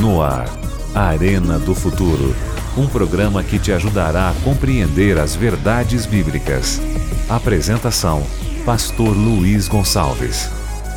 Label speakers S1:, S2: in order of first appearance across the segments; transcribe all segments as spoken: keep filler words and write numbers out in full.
S1: No ar, Arena do Futuro, um programa que te ajudará a compreender as verdades bíblicas. Apresentação, Pastor Luiz Gonçalves.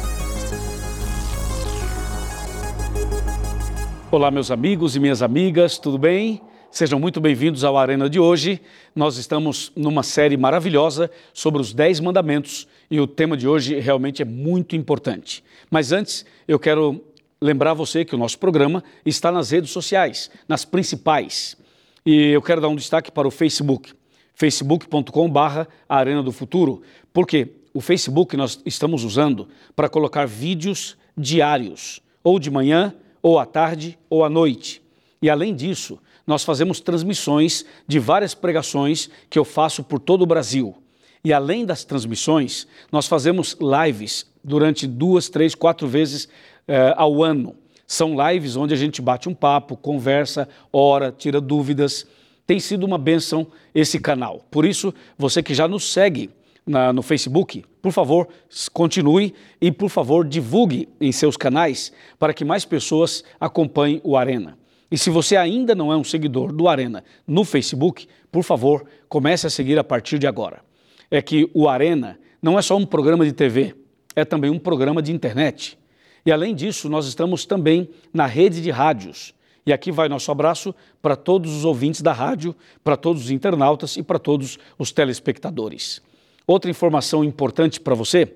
S2: Olá, meus amigos e minhas amigas, tudo bem? Sejam muito bem-vindos ao Arena de hoje. Nós estamos numa série maravilhosa sobre os dez mandamentos e o tema de hoje realmente é muito importante. Mas antes, eu quero lembrar você que o nosso programa está nas redes sociais, nas principais. E eu quero dar um destaque para o Facebook, facebook ponto com barra Arena do Futuro, porque o Facebook nós estamos usando para colocar vídeos diários, ou de manhã, ou à tarde, ou à noite. E além disso, nós fazemos transmissões de várias pregações que eu faço por todo o Brasil. E além das transmissões, nós fazemos lives durante duas, três, quatro vezes eh, ao ano. São lives onde a gente bate um papo, conversa, ora, tira dúvidas. Tem sido uma bênção esse canal. Por isso, você que já nos segue na, no Facebook, por favor, continue e, por favor, divulgue em seus canais para que mais pessoas acompanhem o Arena. E se você ainda não é um seguidor do Arena no Facebook, por favor, comece a seguir a partir de agora. É que o Arena não é só um programa de T V, é também um programa de internet. E além disso, nós estamos também na rede de rádios. E aqui vai nosso abraço para todos os ouvintes da rádio, para todos os internautas e para todos os telespectadores. Outra informação importante para você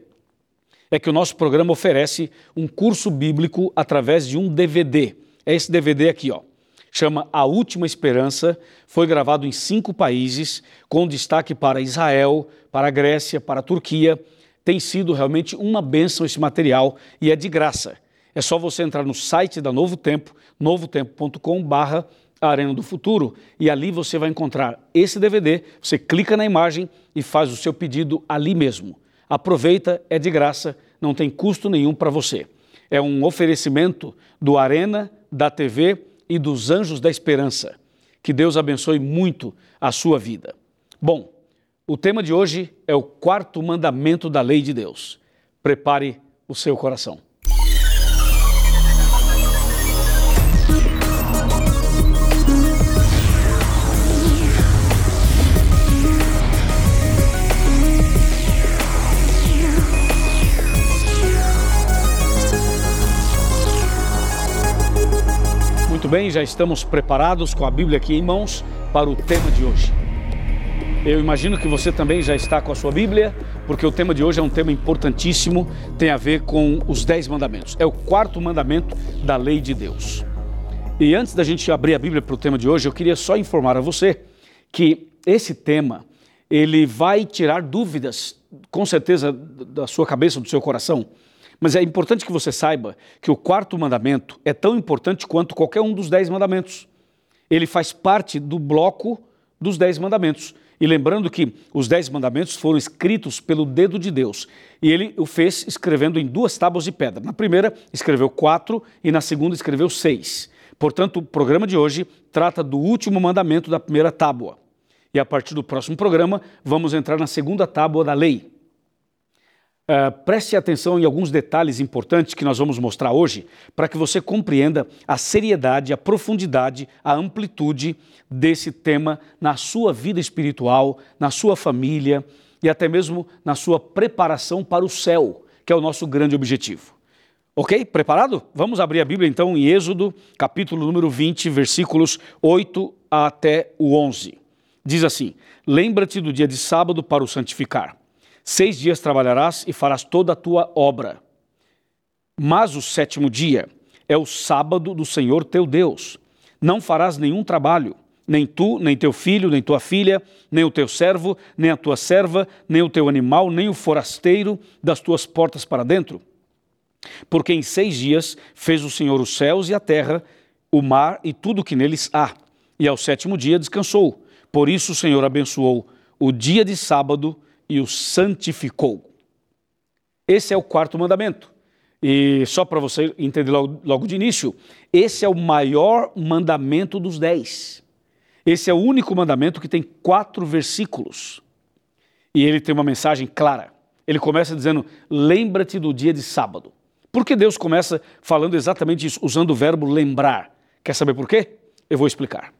S2: é que o nosso programa oferece um curso bíblico através de um D V D. É esse D V D aqui, ó. Chama A Última Esperança, foi gravado em cinco países, com destaque para Israel, para a Grécia, para a Turquia. Tem sido realmente uma bênção esse material e é de graça. É só você entrar no site da Novo Tempo, novo tempo ponto com barra Arena do Futuro, e ali você vai encontrar esse D V D, você clica na imagem e faz o seu pedido ali mesmo. Aproveita, é de graça, não tem custo nenhum para você. É um oferecimento do Arena, da T V e dos Anjos da Esperança. Que Deus abençoe muito a sua vida. Bom, o tema de hoje é o quarto mandamento da lei de Deus. Prepare o seu coração. Muito bem, já estamos preparados com a Bíblia aqui em mãos para o tema de hoje. Eu imagino que você também já está com a sua Bíblia, porque o tema de hoje é um tema importantíssimo, tem a ver com os dez mandamentos. É o quarto mandamento da lei de Deus. E antes da gente abrir a Bíblia para o tema de hoje, eu queria só informar a você que esse tema, ele vai tirar dúvidas, com certeza, da sua cabeça, do seu coração. Mas é importante que você saiba que o quarto mandamento é tão importante quanto qualquer um dos dez mandamentos. Ele faz parte do bloco dos dez mandamentos. E lembrando que os dez mandamentos foram escritos pelo dedo de Deus. E ele o fez escrevendo em duas tábuas de pedra. Na primeira escreveu quatro e na segunda escreveu seis. Portanto, o programa de hoje trata do último mandamento da primeira tábua. E a partir do próximo programa, vamos entrar na segunda tábua da lei. Uh, preste atenção em alguns detalhes importantes que nós vamos mostrar hoje para que você compreenda a seriedade, a profundidade, a amplitude desse tema na sua vida espiritual, na sua família e até mesmo na sua preparação para o céu, que é o nosso grande objetivo. Ok? Preparado? Vamos abrir a Bíblia então em Êxodo, capítulo número vinte, versículos oito até o onze. Diz assim: lembra-te do dia de sábado para o santificar. Seis dias trabalharás e farás toda a tua obra. Mas o sétimo dia é o sábado do Senhor teu Deus. Não farás nenhum trabalho, nem tu, nem teu filho, nem tua filha, nem o teu servo, nem a tua serva, nem o teu animal, nem o forasteiro das tuas portas para dentro. Porque em seis dias fez o Senhor os céus e a terra, o mar e tudo o que neles há. E ao sétimo dia descansou. Por isso o Senhor abençoou o dia de sábado e o santificou. Esse é o quarto mandamento. E só para você entender logo, logo de início, esse é o maior mandamento dos dez. Esse é o único mandamento que tem quatro versículos. E ele tem uma mensagem clara. Ele começa dizendo, lembra-te do dia de sábado. Por que Deus começa falando exatamente isso, usando o verbo lembrar? Quer saber por quê? Eu vou explicar.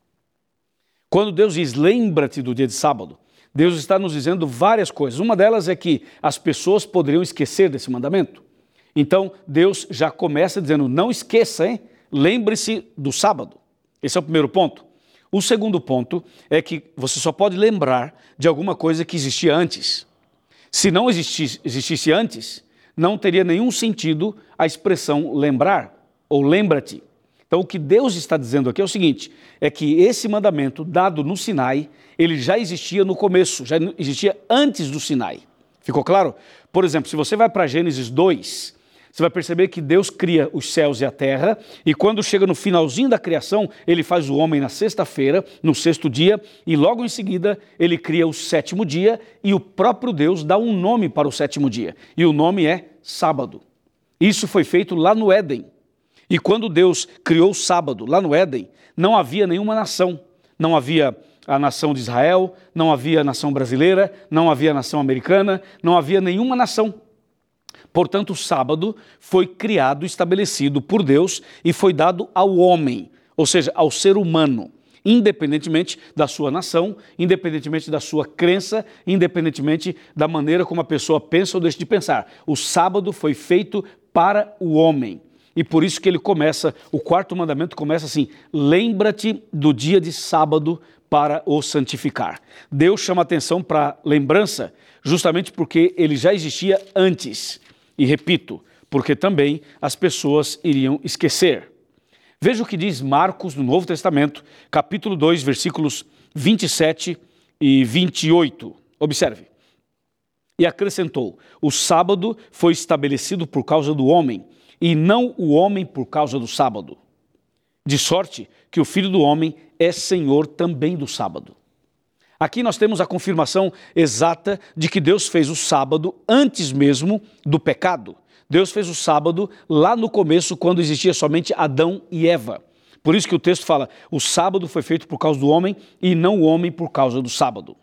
S2: Quando Deus diz, lembra-te do dia de sábado, Deus está nos dizendo várias coisas. Uma delas é que as pessoas poderiam esquecer desse mandamento. Então, Deus já começa dizendo, não esqueça, hein? Lembre-se do sábado. Esse é o primeiro ponto. O segundo ponto é que você só pode lembrar de alguma coisa que existia antes. Se não existisse, existisse antes, não teria nenhum sentido a expressão lembrar ou lembra-te. Então, o que Deus está dizendo aqui é o seguinte, é que esse mandamento dado no Sinai, ele já existia no começo, já existia antes do Sinai. Ficou claro? Por exemplo, se você vai para Gênesis dois, você vai perceber que Deus cria os céus e a terra, e quando chega no finalzinho da criação, ele faz o homem na sexta-feira, no sexto dia, e logo em seguida ele cria o sétimo dia, e o próprio Deus dá um nome para o sétimo dia, e o nome é sábado. Isso foi feito lá no Éden. E quando Deus criou o sábado lá no Éden, não havia nenhuma nação. Não havia a nação de Israel, não havia a nação brasileira, não havia a nação americana, não havia nenhuma nação. Portanto, o sábado foi criado, estabelecido por Deus e foi dado ao homem, ou seja, ao ser humano, independentemente da sua nação, independentemente da sua crença, independentemente da maneira como a pessoa pensa ou deixa de pensar. O sábado foi feito para o homem. E por isso que ele começa, o quarto mandamento começa assim, lembra-te do dia de sábado para o santificar. Deus chama atenção para a lembrança, justamente porque ele já existia antes. E repito, porque também as pessoas iriam esquecer. Veja o que diz Marcos no Novo Testamento, capítulo dois, versículos vinte e sete e vinte e oito. Observe. E acrescentou, o sábado foi estabelecido por causa do homem, e não o homem por causa do sábado. De sorte que o Filho do Homem é Senhor também do sábado. Aqui nós temos a confirmação exata de que Deus fez o sábado antes mesmo do pecado. Deus fez o sábado lá no começo, quando existia somente Adão e Eva. Por isso que o texto fala, o sábado foi feito por causa do homem e não o homem por causa do sábado.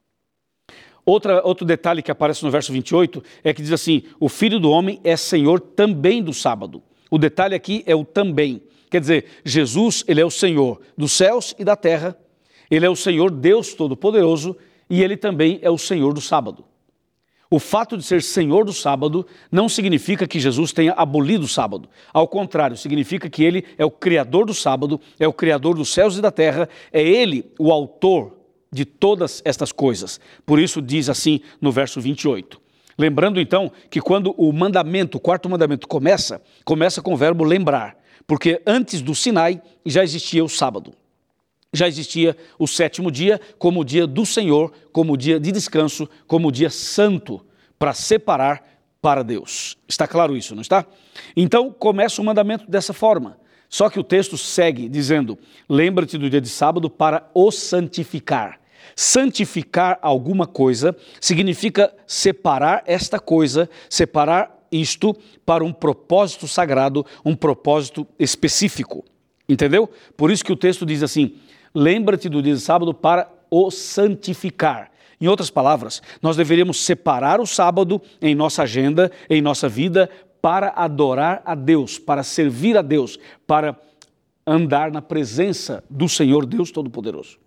S2: Outra, outro detalhe que aparece no verso vinte e oito é que diz assim, o Filho do Homem é Senhor também do sábado. O detalhe aqui é o também. Quer dizer, Jesus, ele é o Senhor dos céus e da terra, ele é o Senhor Deus Todo-Poderoso e ele também é o Senhor do sábado. O fato de ser Senhor do sábado não significa que Jesus tenha abolido o sábado. Ao contrário, significa que ele é o Criador do sábado, é o Criador dos céus e da terra, é ele o autor de todas estas coisas. Por isso diz assim no verso vinte e oito. Lembrando então que quando o mandamento, o quarto mandamento começa, começa com o verbo lembrar, porque antes do Sinai já existia o sábado. Já existia o sétimo dia como o dia do Senhor, como o dia de descanso, como o dia santo para separar para Deus. Está claro isso, não está? Então começa o mandamento dessa forma. Só que o texto segue dizendo, lembra-te do dia de sábado para o santificar. Santificar alguma coisa significa separar esta coisa, separar isto para um propósito sagrado, um propósito específico. Entendeu? Por isso que o texto diz assim, lembra-te do dia de sábado para o santificar. Em outras palavras, nós deveríamos separar o sábado em nossa agenda, em nossa vida, para adorar a Deus, para servir a Deus, para andar na presença do Senhor Deus Todo-Poderoso.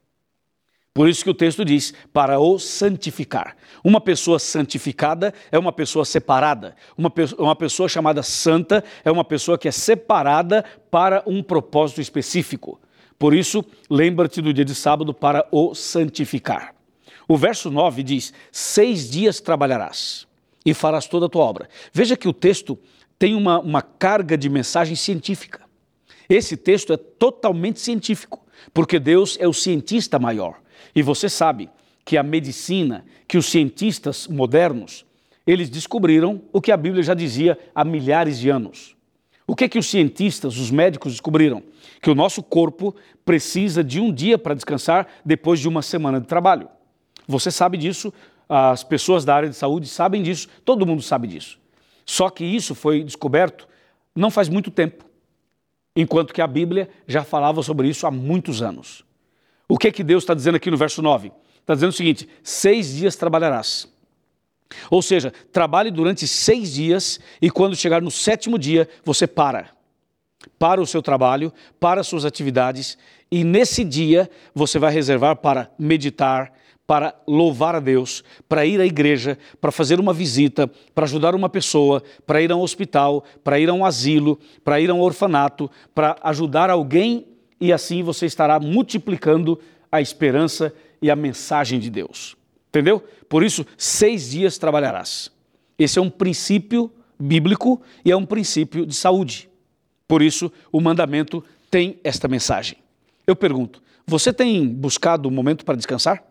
S2: Por isso que o texto diz, para o santificar. Uma pessoa santificada é uma pessoa separada. Uma, pe- uma pessoa chamada santa é uma pessoa que é separada para um propósito específico. Por isso, lembra-te do dia de sábado para o santificar. O verso nove diz, seis dias trabalharás e farás toda a tua obra. Veja que o texto tem uma, uma carga de mensagem científica. Esse texto é totalmente científico, porque Deus é o cientista maior. E você sabe que a medicina, que os cientistas modernos, eles descobriram o que a Bíblia já dizia há milhares de anos. O que é que os cientistas, os médicos descobriram? Que o nosso corpo precisa de um dia para descansar depois de uma semana de trabalho. Você sabe disso, as pessoas da área de saúde sabem disso, todo mundo sabe disso. Só que isso foi descoberto não faz muito tempo, enquanto que a Bíblia já falava sobre isso há muitos anos. O que é que Deus está dizendo aqui no verso nove? Está dizendo o seguinte, seis dias trabalharás. Ou seja, trabalhe durante seis dias e quando chegar no sétimo dia, você para. para o seu trabalho, para as suas atividades, e nesse dia você vai reservar para meditar, para louvar a Deus, para ir à igreja, para fazer uma visita, para ajudar uma pessoa, para ir a um hospital, para ir a um asilo, para ir a um orfanato, para ajudar alguém, e assim você estará multiplicando a esperança e a mensagem de Deus. Entendeu? Por isso, seis dias trabalharás. Esse é um princípio bíblico e é um princípio de saúde. Por isso, o mandamento tem esta mensagem. Eu pergunto, você tem buscado um momento para descansar?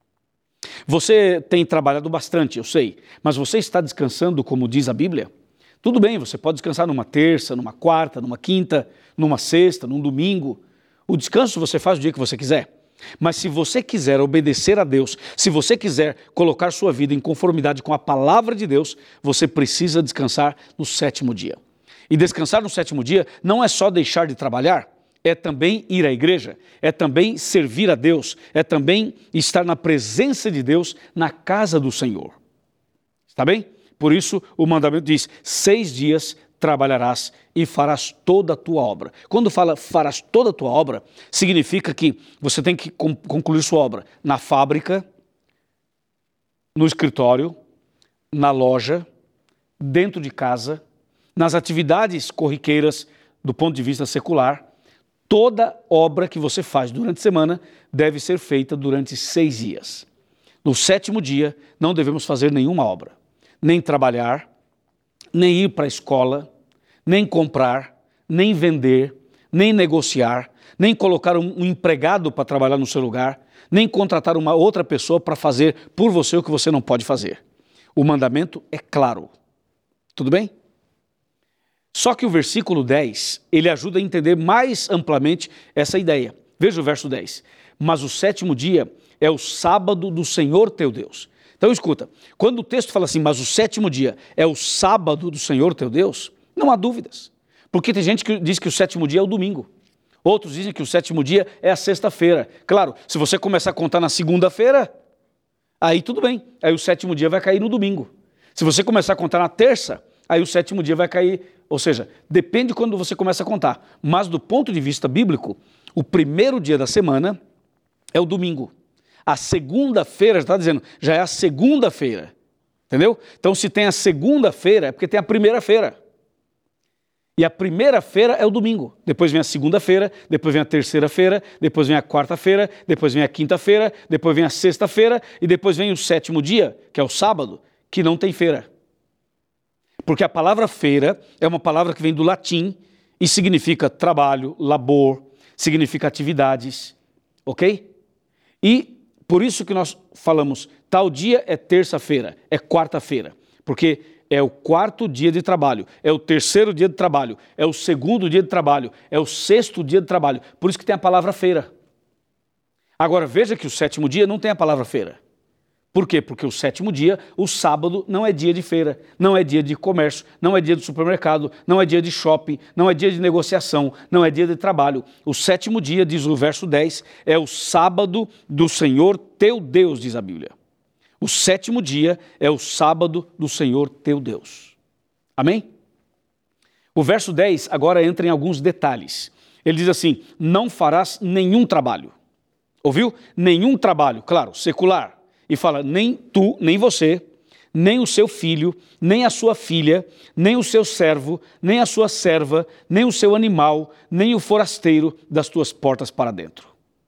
S2: Você tem trabalhado bastante, eu sei, mas você está descansando como diz a Bíblia? Tudo bem, você pode descansar numa terça, numa quarta, numa quinta, numa sexta, num domingo. O descanso você faz o dia que você quiser. Mas se você quiser obedecer a Deus, se você quiser colocar sua vida em conformidade com a palavra de Deus, você precisa descansar no sétimo dia. E descansar no sétimo dia não é só deixar de trabalhar, é também ir à igreja, é também servir a Deus, é também estar na presença de Deus, na casa do Senhor. Está bem? Por isso o mandamento diz, seis dias trabalharás e farás toda a tua obra. Quando fala farás toda a tua obra, significa que você tem que concluir sua obra na fábrica, no escritório, na loja, dentro de casa, nas atividades corriqueiras do ponto de vista secular. Toda obra que você faz durante a semana deve ser feita durante seis dias. No sétimo dia, não devemos fazer nenhuma obra, nem trabalhar, nem ir para a escola, nem comprar, nem vender, nem negociar, nem colocar um, um empregado para trabalhar no seu lugar, nem contratar uma outra pessoa para fazer por você o que você não pode fazer. O mandamento é claro. Tudo bem? Só que o versículo dez, ele ajuda a entender mais amplamente essa ideia. Veja o verso dez. Mas o sétimo dia é o sábado do Senhor teu Deus. Então escuta, quando o texto fala assim, mas o sétimo dia é o sábado do Senhor teu Deus, não há dúvidas. Porque tem gente que diz que o sétimo dia é o domingo. Outros dizem que o sétimo dia é a sexta-feira. Claro, se você começar a contar na segunda-feira, aí tudo bem. Aí o sétimo dia vai cair no domingo. Se você começar a contar na terça, aí o sétimo dia vai cair, ou seja, depende de quando você começa a contar. Mas do ponto de vista bíblico, o primeiro dia da semana é o domingo. A segunda-feira, já está dizendo, já é a segunda-feira. Entendeu? Então se tem a segunda-feira, é porque tem a primeira-feira. E a primeira-feira é o domingo. Depois vem a segunda-feira, depois vem a terceira-feira, depois vem a quarta-feira, depois vem a quinta-feira, depois vem a sexta-feira e depois vem o sétimo dia, que é o sábado, que não tem feira. Porque a palavra feira é uma palavra que vem do latim e significa trabalho, labor, significa atividades, ok? E por isso que nós falamos, tal dia é terça-feira, é quarta-feira, porque é o quarto dia de trabalho, é o terceiro dia de trabalho, é o segundo dia de trabalho, é o sexto dia de trabalho, por isso que tem a palavra feira. Agora veja que o sétimo dia não tem a palavra feira. Por quê? Porque o sétimo dia, o sábado, não é dia de feira, não é dia de comércio, não é dia de supermercado, não é dia de shopping, não é dia de negociação, não é dia de trabalho. O sétimo dia, diz o verso dez, é o sábado do Senhor teu Deus, diz a Bíblia. O sétimo dia é o sábado do Senhor teu Deus. Amém? O verso dez agora entra em alguns detalhes. Ele diz assim, não farás nenhum trabalho. Ouviu? Nenhum trabalho, claro, secular. E fala, nem tu, nem você, nem o seu filho, nem a sua filha, nem o seu servo, nem a sua serva, nem o seu animal, nem o forasteiro das tuas portas para dentro.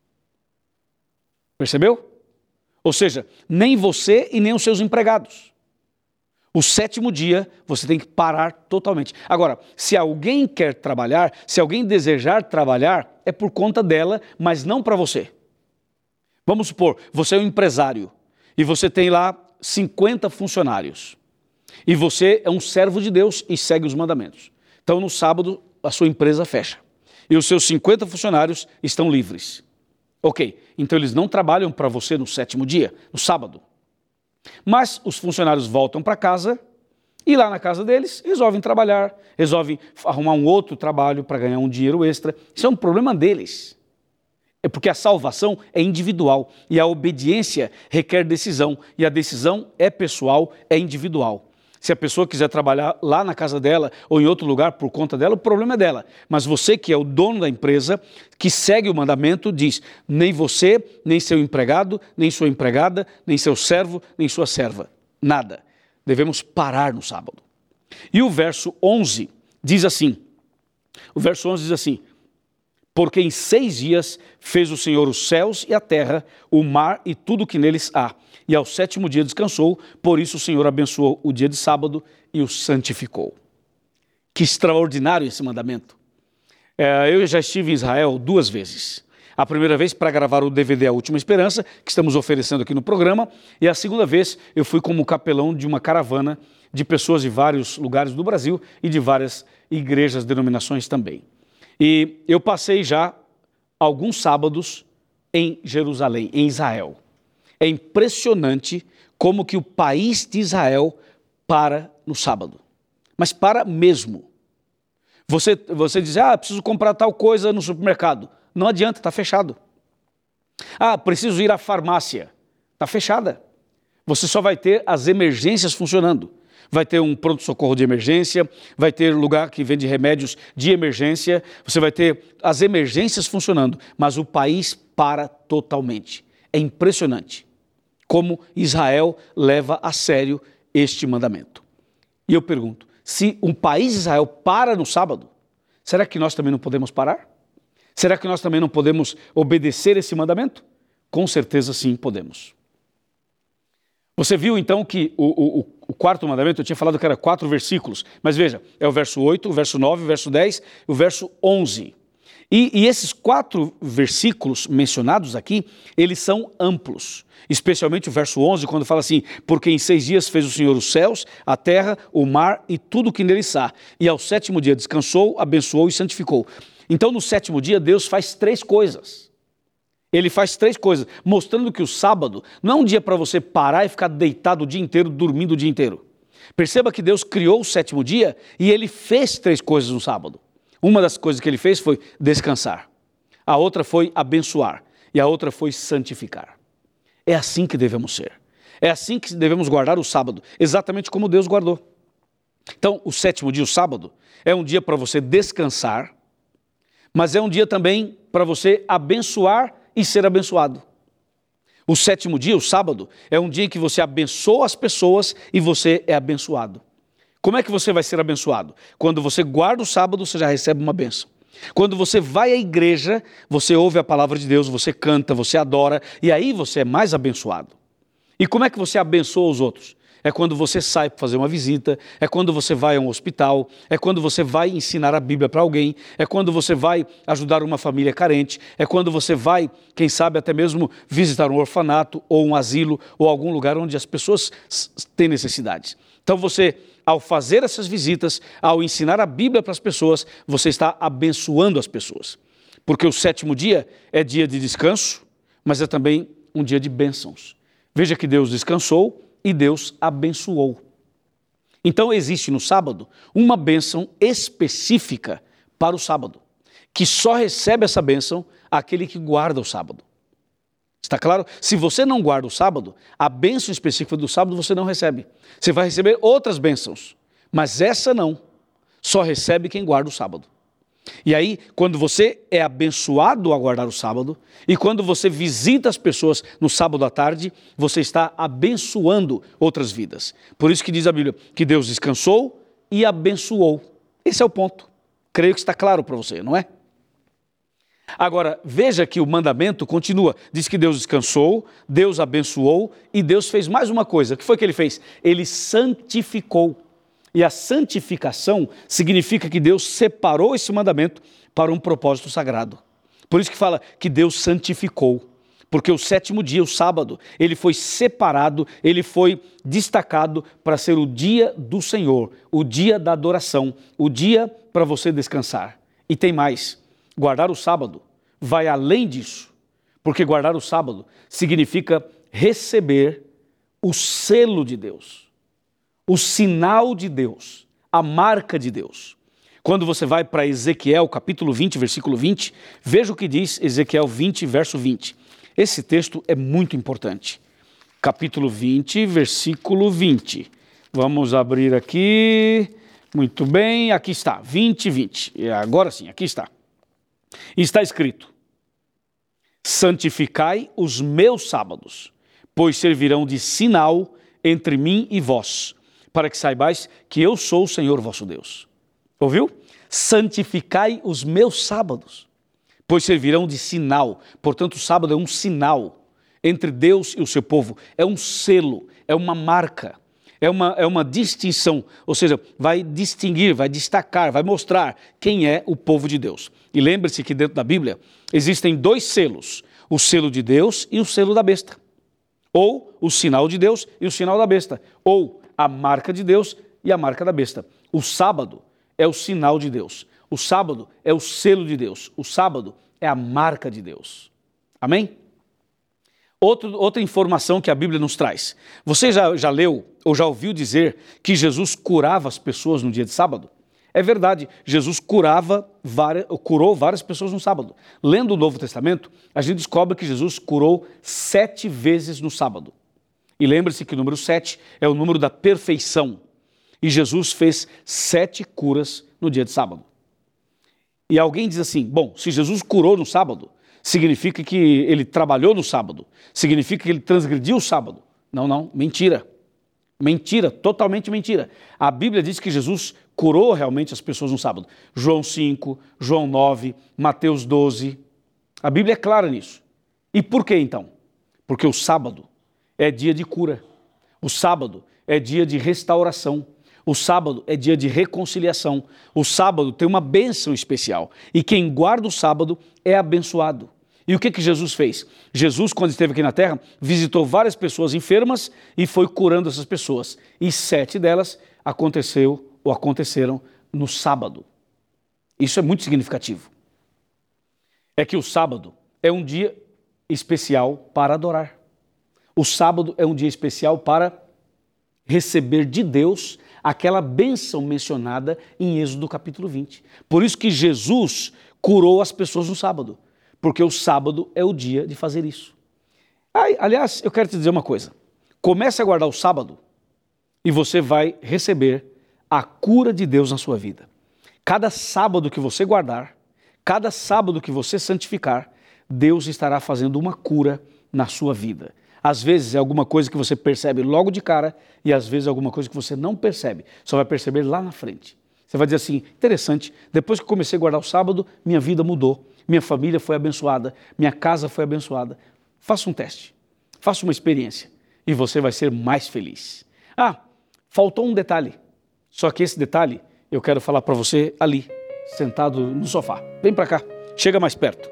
S2: Percebeu? Ou seja, nem você e nem os seus empregados. O sétimo dia você tem que parar totalmente. Agora, se alguém quer trabalhar, se alguém desejar trabalhar, é por conta dela, mas não para você. Vamos supor, você é um empresário. E você tem lá cinquenta funcionários. E você é um servo de Deus e segue os mandamentos. Então, no sábado, a sua empresa fecha. E os seus cinquenta funcionários estão livres. Ok, então eles não trabalham para você no sétimo dia, no sábado. Mas os funcionários voltam para casa e lá na casa deles resolvem trabalhar, resolvem arrumar um outro trabalho para ganhar um dinheiro extra. Isso é um problema deles. É porque a salvação é individual e a obediência requer decisão. E a decisão é pessoal, é individual. Se a pessoa quiser trabalhar lá na casa dela ou em outro lugar por conta dela, o problema é dela. Mas você que é o dono da empresa, que segue o mandamento, diz: nem você, nem seu empregado, nem sua empregada, nem seu servo, nem sua serva. Nada. Devemos parar no sábado. E o verso onze diz assim, o verso onze diz assim: porque em seis dias fez o Senhor os céus e a terra, o mar e tudo o que neles há. E ao sétimo dia descansou, por isso o Senhor abençoou o dia de sábado e o santificou. Que extraordinário esse mandamento. É, eu já estive em Israel duas vezes. A primeira vez para gravar o D V D A Última Esperança, que estamos oferecendo aqui no programa, e a segunda vez eu fui como capelão de uma caravana de pessoas de vários lugares do Brasil e de várias igrejas, denominações também. E eu passei já alguns sábados em Jerusalém, em Israel. É impressionante como que o país de Israel para no sábado. Mas para mesmo. Você, você diz: ah, preciso comprar tal coisa no supermercado. Não adianta, está fechado. Ah, preciso ir à farmácia. Está fechada. Você só vai ter as emergências funcionando. Vai ter um pronto-socorro de emergência, vai ter lugar que vende remédios de emergência, você vai ter as emergências funcionando, mas o país para totalmente. É impressionante como Israel leva a sério este mandamento. E eu pergunto, se um país Israel para no sábado, será que nós também não podemos parar? Será que nós também não podemos obedecer esse mandamento? Com certeza sim, podemos. Você viu então que o, o, o quarto mandamento, eu tinha falado que era quatro versículos, mas veja, é o verso oito, o verso nove, o verso dez e o verso onze. E, e esses quatro versículos mencionados aqui, eles são amplos, especialmente o verso onze, quando fala assim: porque em seis dias fez o Senhor os céus, a terra, o mar e tudo o que neles há, e ao sétimo dia descansou, abençoou e santificou. Então no sétimo dia Deus faz três coisas. Ele faz três coisas, mostrando que o sábado não é um dia para você parar e ficar deitado o dia inteiro, dormindo o dia inteiro. Perceba que Deus criou o sétimo dia e Ele fez três coisas no sábado. Uma das coisas que Ele fez foi descansar. A outra foi abençoar. E a outra foi santificar. É assim que devemos ser. É assim que devemos guardar o sábado, exatamente como Deus guardou. Então, o sétimo dia, o sábado, é um dia para você descansar, mas é um dia também para você abençoar e ser abençoado. O sétimo dia, o sábado, é um dia em que você abençoa as pessoas e você é abençoado. Como é que você vai ser abençoado? Quando você guarda o sábado, você já recebe uma bênção. Quando você vai à igreja, você ouve a palavra de Deus, você canta, você adora, e aí você é mais abençoado. E como é que você abençoa os outros? É quando você sai para fazer uma visita, é quando você vai a um hospital, é quando você vai ensinar a Bíblia para alguém, é quando você vai ajudar uma família carente, é quando você vai, quem sabe até mesmo visitar um orfanato ou um asilo ou algum lugar onde as pessoas têm necessidades. Então você, ao fazer essas visitas, ao ensinar a Bíblia para as pessoas, você está abençoando as pessoas. Porque o sétimo dia é dia de descanso, mas é também um dia de bênçãos. Veja que Deus descansou e Deus abençoou. Então existe no sábado uma bênção específica para o sábado, que só recebe essa bênção aquele que guarda o sábado. Está claro? Se você não guarda o sábado, a bênção específica do sábado você não recebe. Você vai receber outras bênçãos, mas essa não. Só recebe quem guarda o sábado. E aí, quando você é abençoado a guardar o sábado, e quando você visita as pessoas no sábado à tarde, você está abençoando outras vidas. Por isso que diz a Bíblia que Deus descansou e abençoou. Esse é o ponto. Creio que está claro para você, não é? Agora, veja que o mandamento continua. Diz que Deus descansou, Deus abençoou e Deus fez mais uma coisa. O que foi que Ele fez? Ele santificou. E a santificação significa que Deus separou esse mandamento para um propósito sagrado. Por isso que fala que Deus santificou. Porque o sétimo dia, o sábado, ele foi separado, ele foi destacado para ser o dia do Senhor, o dia da adoração, o dia para você descansar. E tem mais, guardar o sábado vai além disso. Porque guardar o sábado significa receber o selo de Deus. O sinal de Deus, a marca de Deus. Quando você vai para Ezequiel, capítulo vinte, versículo vinte, veja o que diz Ezequiel vinte, verso vinte. Esse texto é muito importante. Capítulo vinte, versículo vinte. Vamos abrir aqui. Muito bem, aqui está, vinte e vinte. Agora sim, aqui está. Está escrito: santificai os meus sábados, pois servirão de sinal entre mim e vós, para que saibais que eu sou o Senhor vosso Deus. Ouviu? Santificai os meus sábados, pois servirão de sinal. Portanto, o sábado é um sinal entre Deus e o seu povo. É um selo, é uma marca, é uma, é uma distinção. Ou seja, vai distinguir, vai destacar, vai mostrar quem é o povo de Deus. E lembre-se que dentro da Bíblia existem dois selos, o selo de Deus e o selo da besta. Ou o sinal de Deus e o sinal da besta. Ou a marca de Deus e a marca da besta. O sábado é o sinal de Deus. O sábado é o selo de Deus. O sábado é a marca de Deus. Amém? Outro, outra informação que a Bíblia nos traz. Você já, já leu ou já ouviu dizer que Jesus curava as pessoas no dia de sábado? É verdade, Jesus curava várias, curou várias pessoas no sábado. Lendo o Novo Testamento, a gente descobre que Jesus curou sete vezes no sábado. E lembre-se que o número sete é o número da perfeição. E Jesus fez sete curas no dia de sábado. E alguém diz assim, bom, se Jesus curou no sábado, significa que ele trabalhou no sábado, significa que ele transgrediu o sábado. Não, não, mentira. Mentira, totalmente mentira. A Bíblia diz que Jesus curou realmente as pessoas no sábado. João cinco, João nove, Mateus doze. A Bíblia é clara nisso. E por que então? Porque o sábado é dia de cura. O sábado é dia de restauração. O sábado é dia de reconciliação. O sábado tem uma bênção especial. E quem guarda o sábado é abençoado. E o que que Jesus fez? Jesus, quando esteve aqui na terra, visitou várias pessoas enfermas e foi curando essas pessoas. E sete delas aconteceu ou aconteceram no sábado. Isso é muito significativo. É que o sábado é um dia especial para adorar. O sábado é um dia especial para receber de Deus aquela bênção mencionada em Êxodo capítulo vinte. Por isso que Jesus curou as pessoas no sábado. Porque o sábado é o dia de fazer isso. Ai, aliás, eu quero te dizer uma coisa. Comece a guardar o sábado e você vai receber a cura de Deus na sua vida. Cada sábado que você guardar, cada sábado que você santificar, Deus estará fazendo uma cura na sua vida. Às vezes é alguma coisa que você percebe logo de cara e às vezes é alguma coisa que você não percebe, só vai perceber lá na frente. Você vai dizer assim, interessante, depois que comecei a guardar o sábado, minha vida mudou. Minha família foi abençoada, minha casa foi abençoada. Faça um teste, faça uma experiência e você vai ser mais feliz. Ah, faltou um detalhe, só que esse detalhe eu quero falar para você ali, sentado no sofá. Vem para cá, chega mais perto.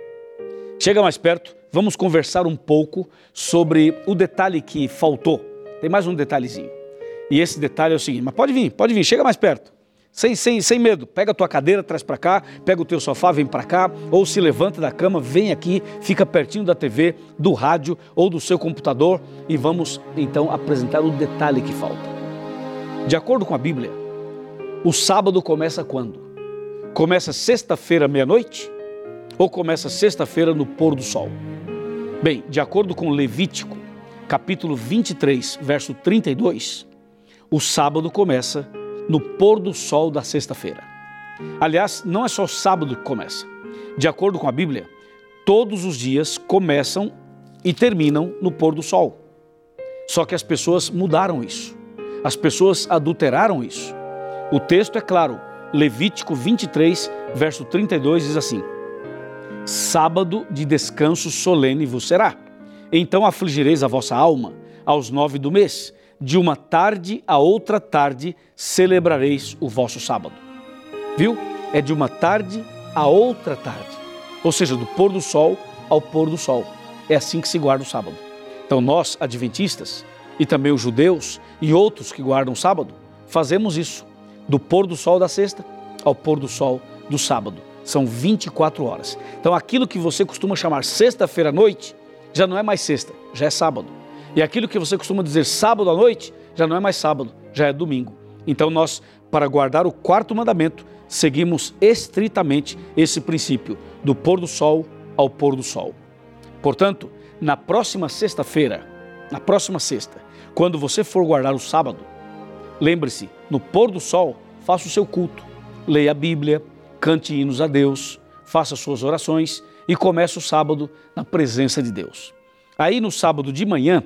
S2: Chega mais perto, vamos conversar um pouco sobre o detalhe que faltou. Tem mais um detalhezinho. E esse detalhe é o seguinte, mas pode vir, pode vir, chega mais perto. Sem, sem, sem medo, pega a tua cadeira, traz para cá, pega o teu sofá, vem para cá, ou se levanta da cama, vem aqui, fica pertinho da T V, do rádio ou do seu computador e vamos então apresentar o detalhe que falta. De acordo com a Bíblia, o sábado começa quando? Começa sexta-feira, meia-noite? Ou começa sexta-feira no pôr do sol? Bem, de acordo com Levítico, capítulo vinte e três, verso trinta e dois, o sábado começa no pôr do sol da sexta-feira. Aliás, não é só o sábado que começa. De acordo com a Bíblia, todos os dias começam e terminam no pôr do sol. Só que as pessoas mudaram isso. As pessoas adulteraram isso. O texto é claro, Levítico vinte e três, verso trinta e dois diz assim: sábado de descanso solene vos será. Então afligireis a vossa alma aos nove do mês. De uma tarde a outra tarde celebrareis o vosso sábado. Viu? É de uma tarde a outra tarde. Ou seja, do pôr do sol ao pôr do sol. É assim que se guarda o sábado. Então nós, adventistas, e também os judeus e outros que guardam o sábado, fazemos isso. Do pôr do sol da sexta ao pôr do sol do sábado. São vinte e quatro horas. Então aquilo que você costuma chamar sexta-feira à noite, já não é mais sexta, já é sábado. E aquilo que você costuma dizer sábado à noite, já não é mais sábado, já é domingo. Então nós, para guardar o quarto mandamento, seguimos estritamente esse princípio, do pôr do sol ao pôr do sol. Portanto, na próxima sexta-feira, na próxima sexta, quando você for guardar o sábado, Lembre-se, no pôr do sol, faça o seu culto, leia a Bíblia, cante hinos a Deus, faça suas orações e comece o sábado na presença de Deus. Aí no sábado de manhã,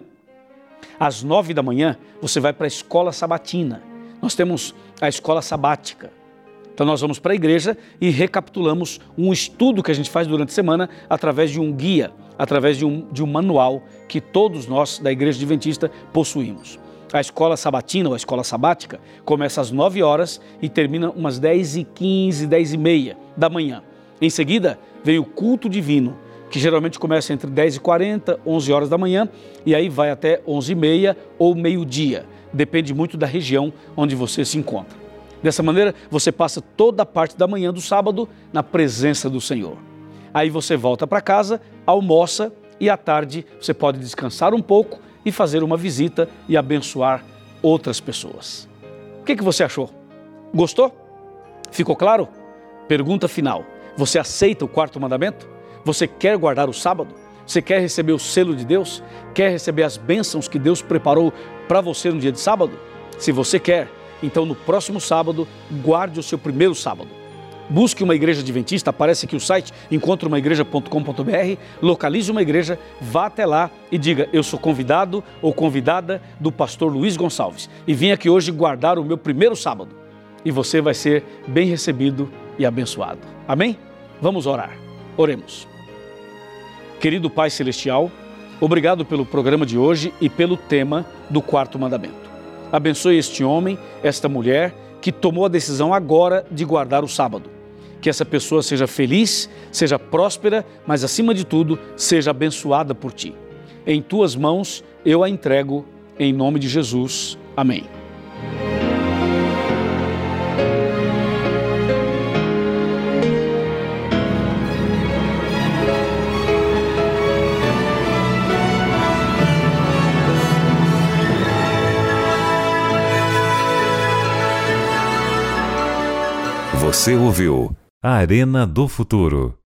S2: às nove da manhã, você vai para a escola sabatina. Nós temos a escola sabática. Então nós vamos para a igreja e recapitulamos um estudo que a gente faz durante a semana através de um guia, através de um, de um manual que todos nós da Igreja Adventista possuímos. A escola sabatina ou a escola sabática começa às nove horas e termina umas dez e quinze, dez e meia da manhã. Em seguida, vem o culto divino, que geralmente começa entre dez e quarenta, onze horas da manhã e aí vai até onze e meia ou meio-dia. Depende muito da região onde você se encontra. Dessa maneira, você passa toda a parte da manhã do sábado na presença do Senhor. Aí você volta para casa, almoça e à tarde você pode descansar um pouco e fazer uma visita e abençoar outras pessoas. O que que você achou? Gostou? Ficou claro? Pergunta final. Você aceita o quarto mandamento? Você quer guardar o sábado? Você quer receber o selo de Deus? Quer receber as bênçãos que Deus preparou para você no dia de sábado? Se você quer, então no próximo sábado, guarde o seu primeiro sábado. Busque uma igreja adventista, aparece aqui o site encontra uma igreja ponto com ponto br, localize uma igreja, vá até lá e diga: eu sou convidado ou convidada do pastor Luiz Gonçalves e vim aqui hoje guardar o meu primeiro sábado. E você vai ser bem recebido e abençoado. Amém? Vamos orar. Oremos. Querido Pai Celestial, obrigado pelo programa de hoje e pelo tema do quarto mandamento. Abençoe este homem, esta mulher que tomou a decisão agora de guardar o sábado. Que essa pessoa seja feliz, seja próspera, mas acima de tudo, seja abençoada por Ti. Em Tuas mãos eu a entrego, em nome de Jesus. Amém.
S1: Você ouviu a Arena do Futuro.